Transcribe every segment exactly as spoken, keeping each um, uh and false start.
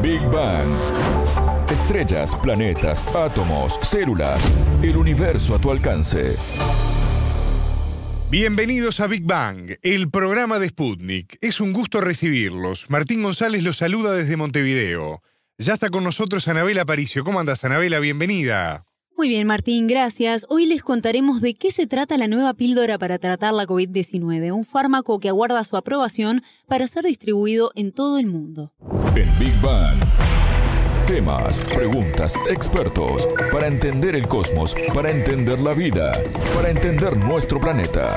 Big Bang. Estrellas, planetas, átomos, células, el universo a tu alcance. Bienvenidos a Big Bang, el programa de Sputnik. Es un gusto recibirlos. Martín González los saluda desde Montevideo. Ya está con nosotros Anabela Aparicio. ¿Cómo andas, Anabela? Bienvenida. Muy bien, Martín, gracias. Hoy les contaremos de qué se trata la nueva píldora para tratar la covid diecinueve, un fármaco que aguarda su aprobación para ser distribuido en todo el mundo. En Big Bang. Temas, preguntas, expertos, para entender el cosmos, para entender la vida, para entender nuestro planeta.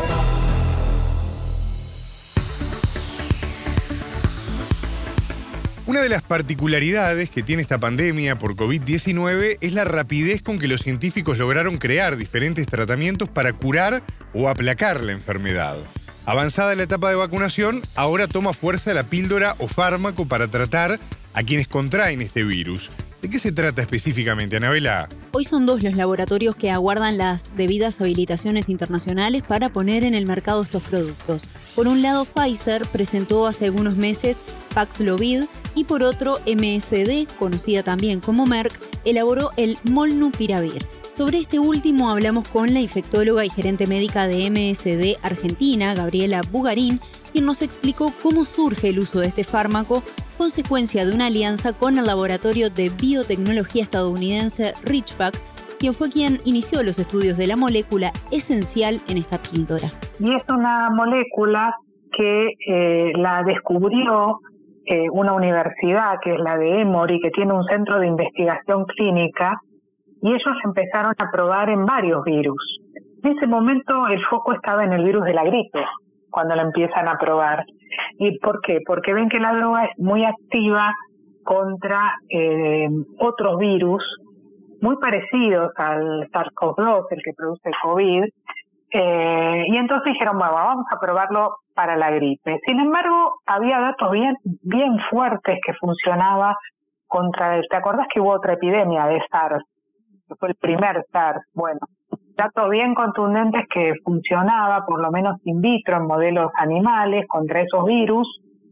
Una de las particularidades que tiene esta pandemia por covid diecinueve es la rapidez con que los científicos lograron crear diferentes tratamientos para curar o aplacar la enfermedad. Avanzada la etapa de vacunación, ahora toma fuerza la píldora o fármaco para tratar a quienes contraen este virus. ¿De qué se trata específicamente, Anabela? Hoy son dos los laboratorios que aguardan las debidas habilitaciones internacionales para poner en el mercado estos productos. Por un lado, Pfizer presentó hace algunos meses Paxlovid y por otro, M S D, conocida también como Merck, elaboró el Molnupiravir. Sobre este último hablamos con la infectóloga y gerente médica de M S D Argentina, Gabriela Bugarín, quien nos explicó cómo surge el uso de este fármaco, consecuencia de una alianza con el laboratorio de biotecnología estadounidense Ridgeback, quien fue quien inició los estudios de la molécula esencial en esta píldora. Y es una molécula que eh, la descubrió eh, una universidad, que es la de Emory, que tiene un centro de investigación clínica, y ellos empezaron a probar en varios virus. En ese momento el foco estaba en el virus de la gripe, cuando la empiezan a probar. ¿Y por qué? Porque ven que la droga es muy activa contra eh, otros virus muy parecidos al SARS-CoV dos, el que produce el COVID, eh, y entonces dijeron, bueno, vamos a probarlo para la gripe. Sin embargo, había datos bien, bien fuertes que funcionaba contra el... ¿Te acordás que hubo otra epidemia de SARS? Que fue el primer SARS. Bueno, datos bien contundentes que funcionaba, por lo menos in vitro, en modelos animales, contra esos virus,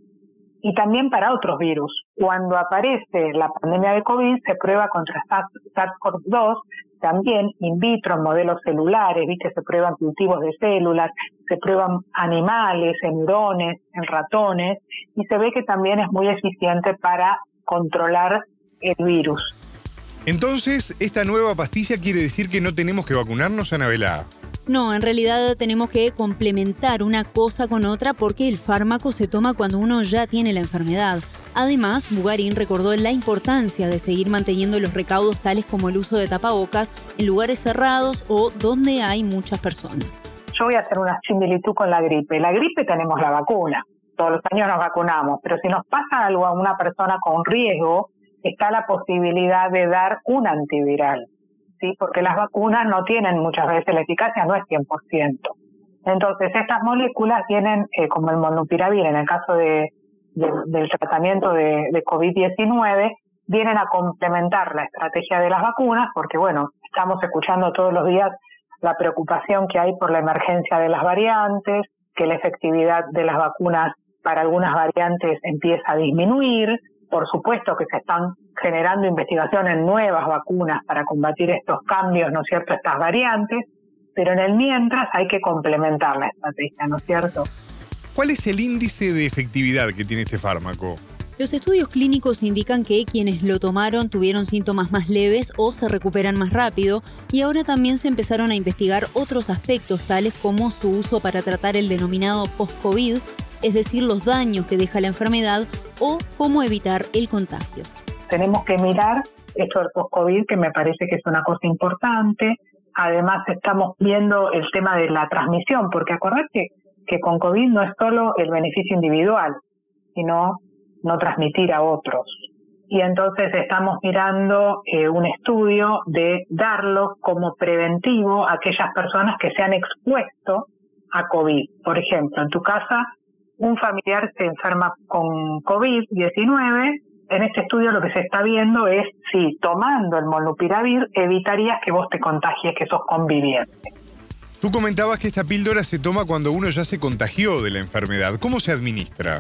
y también para otros virus. Cuando aparece la pandemia de COVID, se prueba contra SARS-CoV dos, también in vitro, en modelos celulares, ¿viste? Se prueban cultivos de células, se prueban animales, en hurones, en ratones, y se ve que también es muy eficiente para controlar el virus. Entonces, ¿esta nueva pastilla quiere decir que no tenemos que vacunarnos, Anabela? No, en realidad tenemos que complementar una cosa con otra porque el fármaco se toma cuando uno ya tiene la enfermedad. Además, Bugarín recordó la importancia de seguir manteniendo los recaudos tales como el uso de tapabocas en lugares cerrados o donde hay muchas personas. Yo voy a hacer una similitud con la gripe. La gripe tenemos la vacuna, todos los años nos vacunamos, pero si nos pasa algo a una persona con riesgo, está la posibilidad de dar un antiviral, ¿sí? Porque las vacunas no tienen muchas veces, la eficacia no es cien por ciento. Entonces, estas moléculas tienen, eh, como el Molnupiravir, en el caso de, de, del tratamiento de, de covid diecinueve, vienen a complementar la estrategia de las vacunas, porque, bueno, estamos escuchando todos los días la preocupación que hay por la emergencia de las variantes, que la efectividad de las vacunas para algunas variantes empieza a disminuir. Por supuesto que se están generando investigación en nuevas vacunas para combatir estos cambios, ¿no es cierto?, estas variantes, pero en el mientras hay que complementar la estrategia, ¿no es cierto? ¿Cuál es el índice de efectividad que tiene este fármaco? Los estudios clínicos indican que quienes lo tomaron tuvieron síntomas más leves o se recuperan más rápido, y ahora también se empezaron a investigar otros aspectos tales como su uso para tratar el denominado post-COVID, es decir, los daños que deja la enfermedad o cómo evitar el contagio. Tenemos que mirar esto del post-COVID, que me parece que es una cosa importante. Además, estamos viendo el tema de la transmisión, porque acordate que con COVID no es solo el beneficio individual, sino no transmitir a otros. Y entonces estamos mirando eh, un estudio de darlo como preventivo a aquellas personas que se han expuesto a COVID. Por ejemplo, en tu casa, un familiar se enferma con covid diecinueve, en este estudio lo que se está viendo es si tomando el Molnupiravir evitarías que vos te contagies, que sos conviviente. Tú comentabas que esta píldora se toma cuando uno ya se contagió de la enfermedad. ¿Cómo se administra?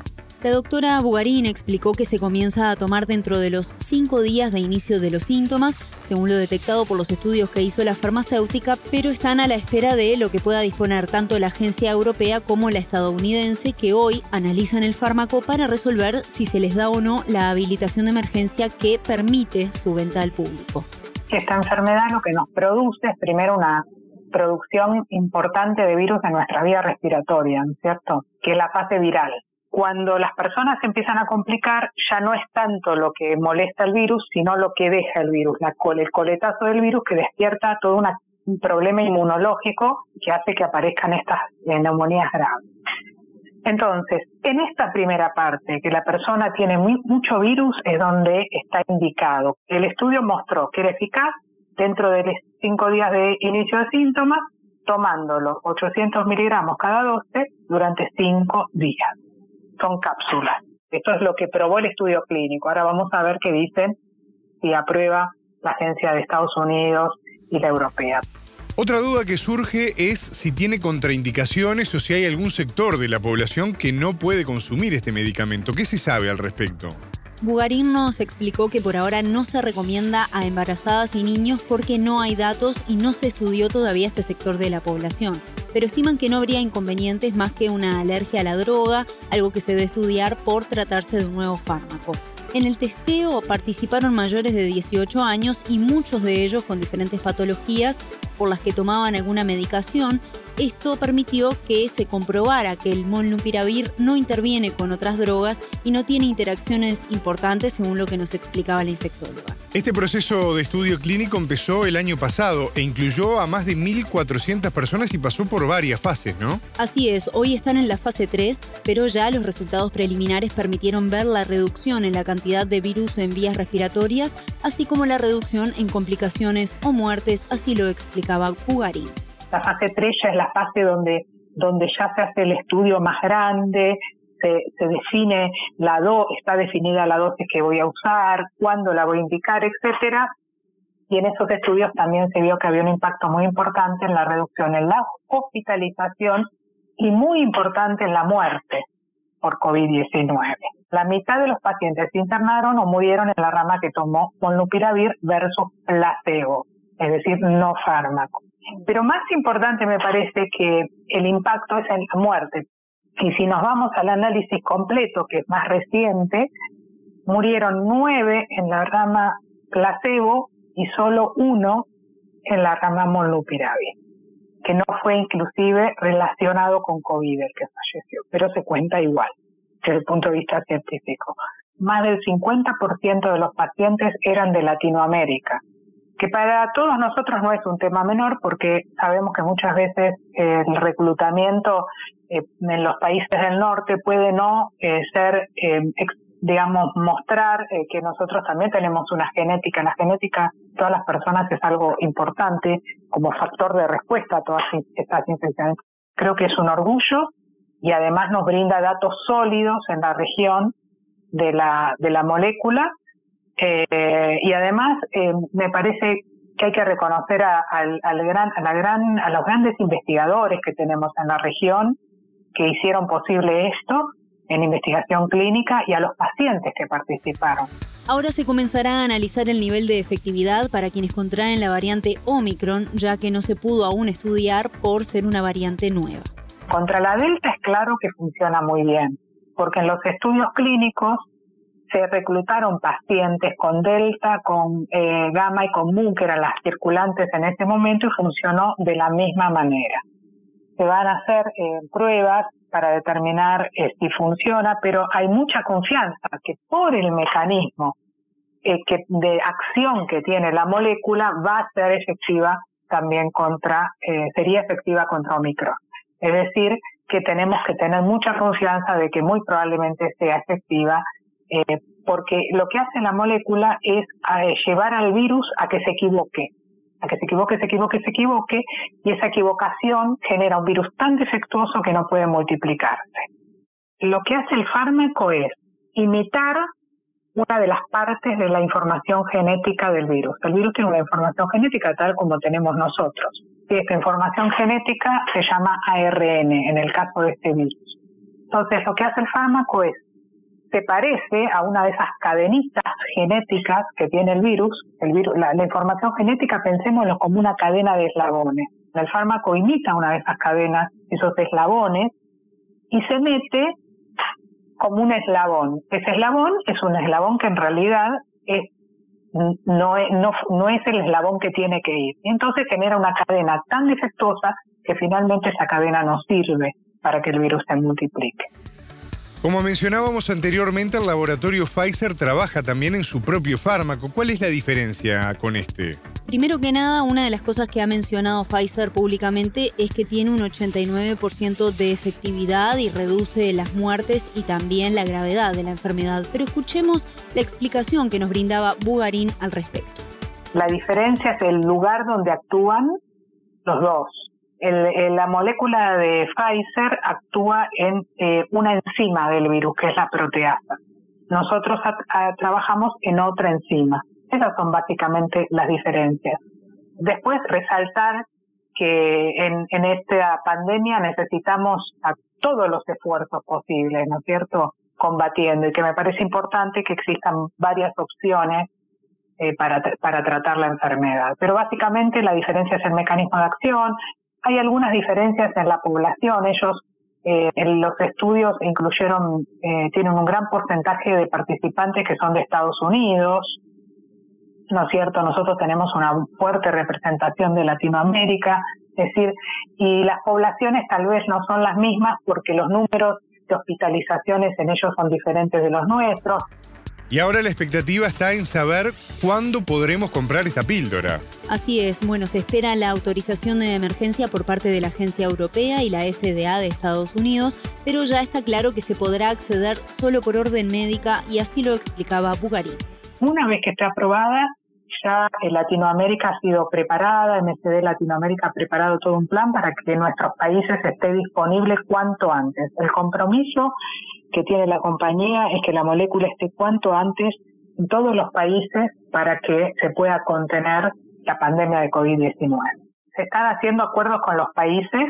La doctora Bugarín explicó que se comienza a tomar dentro de los cinco días de inicio de los síntomas, según lo detectado por los estudios que hizo la farmacéutica, pero están a la espera de lo que pueda disponer tanto la agencia europea como la estadounidense, que hoy analizan el fármaco para resolver si se les da o no la habilitación de emergencia que permite su venta al público. Esta enfermedad lo que nos produce es primero una producción importante de virus en nuestra vía respiratoria, ¿no es cierto? Que es la fase viral. Cuando las personas se empiezan a complicar, ya no es tanto lo que molesta el virus, sino lo que deja el virus, la cole, el coletazo del virus que despierta todo una, un problema inmunológico que hace que aparezcan estas eh, neumonías graves. Entonces, en esta primera parte, que la persona tiene muy, mucho virus, es donde está indicado. El estudio mostró que era eficaz dentro de los cinco días de inicio de síntomas, tomándolo ochocientos miligramos cada doce durante cinco días. Son cápsulas. Esto es lo que probó el estudio clínico. Ahora vamos a ver qué dicen si aprueba la agencia de Estados Unidos y la europea. Otra duda que surge es si tiene contraindicaciones o si hay algún sector de la población que no puede consumir este medicamento. ¿Qué se sabe al respecto? Bugarín nos explicó que por ahora no se recomienda a embarazadas y niños porque no hay datos y no se estudió todavía este sector de la población, pero estiman que no habría inconvenientes más que una alergia a la droga, algo que se debe estudiar por tratarse de un nuevo fármaco. En el testeo participaron mayores de dieciocho años y muchos de ellos con diferentes patologías por las que tomaban alguna medicación. Esto permitió que se comprobara que el molnupiravir no interviene con otras drogas y no tiene interacciones importantes, según lo que nos explicaba la infectóloga. Este proceso de estudio clínico empezó el año pasado e incluyó a más de mil cuatrocientas personas y pasó por varias fases, ¿no? Así es, hoy están en la fase tres, pero ya los resultados preliminares permitieron ver la reducción en la cantidad de virus en vías respiratorias, así como la reducción en complicaciones o muertes, así lo explicaba Bugarín. La fase tres ya es la fase donde, donde ya se hace el estudio más grande, se, se define la do, está definida la dosis que voy a usar, cuándo la voy a indicar, etcétera. Y en esos estudios también se vio que había un impacto muy importante en la reducción en la hospitalización y muy importante en la muerte por COVID diecinueve. La mitad de los pacientes se internaron o murieron en la rama que tomó molnupiravir versus placebo, es decir, no fármaco. Pero más importante me parece que el impacto es en la muerte. Y si nos vamos al análisis completo, que es más reciente, murieron nueve en la rama placebo y solo uno en la rama molnupiravir, que no fue inclusive relacionado con COVID el que falleció, pero se cuenta igual desde el punto de vista científico. Más del cincuenta por ciento de los pacientes eran de Latinoamérica, que para todos nosotros no es un tema menor porque sabemos que muchas veces eh, el reclutamiento eh, en los países del norte puede no eh, ser, eh, ex, digamos, mostrar eh, que nosotros también tenemos una genética. La genética de todas las personas es algo importante como factor de respuesta a todas estas infecciones. Creo que es un orgullo y además nos brinda datos sólidos en la región de la, de la molécula. Eh, y además eh, me parece que hay que reconocer a, al, al gran, a, la gran, a los grandes investigadores que tenemos en la región que hicieron posible esto en investigación clínica y a los pacientes que participaron. Ahora se comenzará a analizar el nivel de efectividad para quienes contraen la variante Omicron, ya que no se pudo aún estudiar por ser una variante nueva. Contra la Delta es claro que funciona muy bien, porque en los estudios clínicos se reclutaron pacientes con Delta, con eh, Gamma y con Mu, que eran las circulantes en ese momento, y funcionó de la misma manera. Se van a hacer eh, pruebas para determinar eh, si funciona, pero hay mucha confianza que por el mecanismo eh, que de acción que tiene la molécula va a ser efectiva también contra, eh, sería efectiva contra Omicron. Es decir, que tenemos que tener mucha confianza de que muy probablemente sea efectiva, Eh, porque lo que hace la molécula es eh, llevar al virus a que se equivoque, a que se equivoque, se equivoque, se equivoque, y esa equivocación genera un virus tan defectuoso que no puede multiplicarse. Lo que hace el fármaco es imitar una de las partes de la información genética del virus. El virus tiene una información genética tal como tenemos nosotros. Y esta información genética se llama A R N, en el caso de este virus. Entonces, lo que hace el fármaco es se parece a una de esas cadenitas genéticas que tiene el virus. El virus la, la información genética, pensémoslo como una cadena de eslabones. El fármaco imita una de esas cadenas, esos eslabones, y se mete como un eslabón. Ese eslabón es un eslabón que en realidad es, no, es, no, no es el eslabón que tiene que ir. Y entonces genera una cadena tan defectuosa que finalmente esa cadena no sirve para que el virus se multiplique. Como mencionábamos anteriormente, el laboratorio Pfizer trabaja también en su propio fármaco. ¿Cuál es la diferencia con este? Primero que nada, una de las cosas que ha mencionado Pfizer públicamente es que tiene un ochenta y nueve por ciento de efectividad y reduce las muertes y también la gravedad de la enfermedad. Pero escuchemos la explicación que nos brindaba Bugarín al respecto. La diferencia es el lugar donde actúan los dos. El, el, la molécula de Pfizer actúa en eh, una enzima del virus, que es la proteasa. Nosotros a, a, trabajamos en otra enzima. Esas son básicamente las diferencias. Después, resaltar que en, en esta pandemia necesitamos a todos los esfuerzos posibles, ¿no es cierto?, combatiendo, y que me parece importante que existan varias opciones eh, para, para tratar la enfermedad. Pero básicamente la diferencia es el mecanismo de acción. Hay algunas diferencias en la población. Ellos, eh, en los estudios incluyeron, eh, tienen un gran porcentaje de participantes que son de Estados Unidos, ¿no es cierto? Nosotros tenemos una fuerte representación de Latinoamérica, es decir, y las poblaciones tal vez no son las mismas porque los números de hospitalizaciones en ellos son diferentes de los nuestros. Y ahora la expectativa está en saber cuándo podremos comprar esta píldora. Así es. Bueno, se espera la autorización de emergencia por parte de la Agencia Europea y la F D A de Estados Unidos, pero ya está claro que se podrá acceder solo por orden médica y así lo explicaba Bugarín. Una vez que esté aprobada, ya en Latinoamérica ha sido preparada, M S D Latinoamérica ha preparado todo un plan para que en nuestros países esté disponible cuanto antes. El compromiso que tiene la compañía es que la molécula esté cuanto antes en todos los países para que se pueda contener la pandemia de covid diecinueve. Se están haciendo acuerdos con los países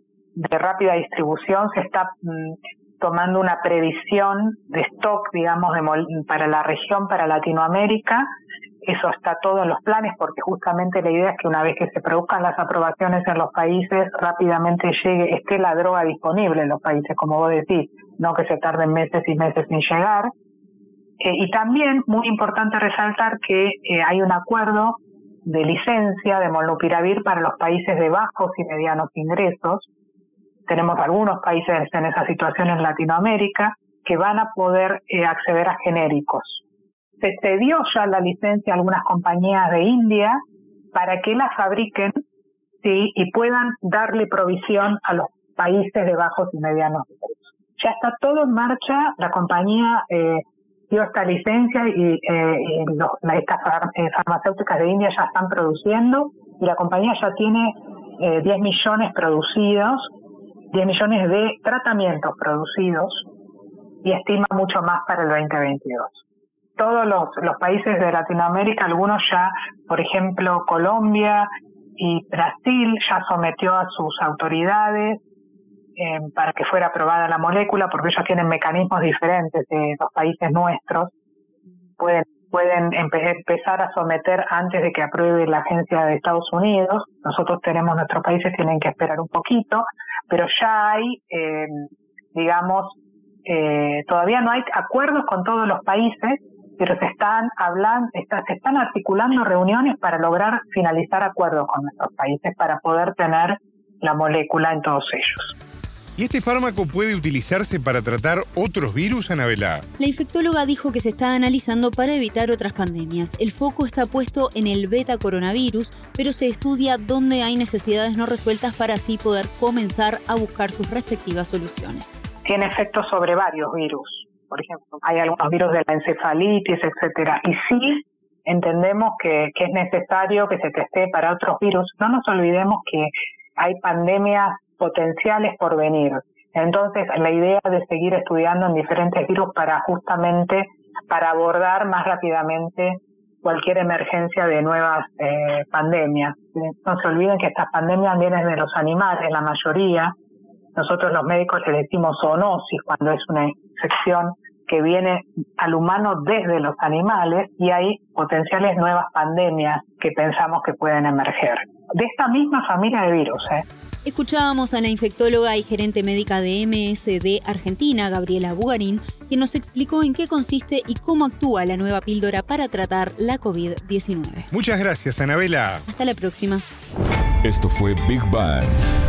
de rápida distribución, se está mmm, tomando una previsión de stock, digamos, de mol- para la región, para Latinoamérica. Eso está todo en los planes porque justamente la idea es que una vez que se produzcan las aprobaciones en los países, rápidamente llegue, esté la droga disponible en los países, como vos decís, no que se tarden meses y meses en llegar. Eh, y también, muy importante resaltar que eh, hay un acuerdo de licencia de molnupiravir para los países de bajos y medianos ingresos. Tenemos algunos países en esa situación en Latinoamérica que van a poder eh, acceder a genéricos. Se cedió ya la licencia a algunas compañías de India para que la fabriquen, sí, y puedan darle provisión a los países de bajos y medianos ingresos. Ya está todo en marcha, la compañía eh, dio esta licencia y, eh, y los, estas far, eh, farmacéuticas de India ya están produciendo y la compañía ya tiene eh, diez millones producidos, diez millones de tratamientos producidos y estima mucho más para el veinte veintidós. Todos los, los países de Latinoamérica, algunos ya, por ejemplo, Colombia y Brasil ya sometió a sus autoridades eh, para que fuera aprobada la molécula, porque ellos tienen mecanismos diferentes de los países nuestros. Pueden, pueden empe- empezar a someter antes de que apruebe la agencia de Estados Unidos. Nosotros tenemos, nuestros países tienen que esperar un poquito, pero ya hay, eh, digamos, eh, todavía no hay acuerdos con todos los países, pero se están hablando, está, se están articulando reuniones para lograr finalizar acuerdos con nuestros países para poder tener la molécula en todos ellos. ¿Y este fármaco puede utilizarse para tratar otros virus, Anabela? La infectóloga dijo que se está analizando para evitar otras pandemias. El foco está puesto en el beta coronavirus, pero se estudia dónde hay necesidades no resueltas para así poder comenzar a buscar sus respectivas soluciones. Tiene efectos sobre varios virus. Por ejemplo, hay algunos virus de la encefalitis, etcétera. Y sí entendemos que, que es necesario que se testee para otros virus. No nos olvidemos que hay pandemias potenciales por venir. Entonces, la idea de seguir estudiando en diferentes virus para justamente para abordar más rápidamente cualquier emergencia de nuevas eh, pandemias. No se olviden que estas pandemias vienen de los animales, la mayoría. Nosotros los médicos le decimos zoonosis cuando es una infección que viene al humano desde los animales y hay potenciales nuevas pandemias que pensamos que pueden emerger. De esta misma familia de virus, ¿eh? Escuchábamos a la infectóloga y gerente médica de M S D Argentina, Gabriela Bugarín, quien nos explicó en qué consiste y cómo actúa la nueva píldora para tratar la covid diecinueve. Muchas gracias, Anabela. Hasta la próxima. Esto fue Big Bang.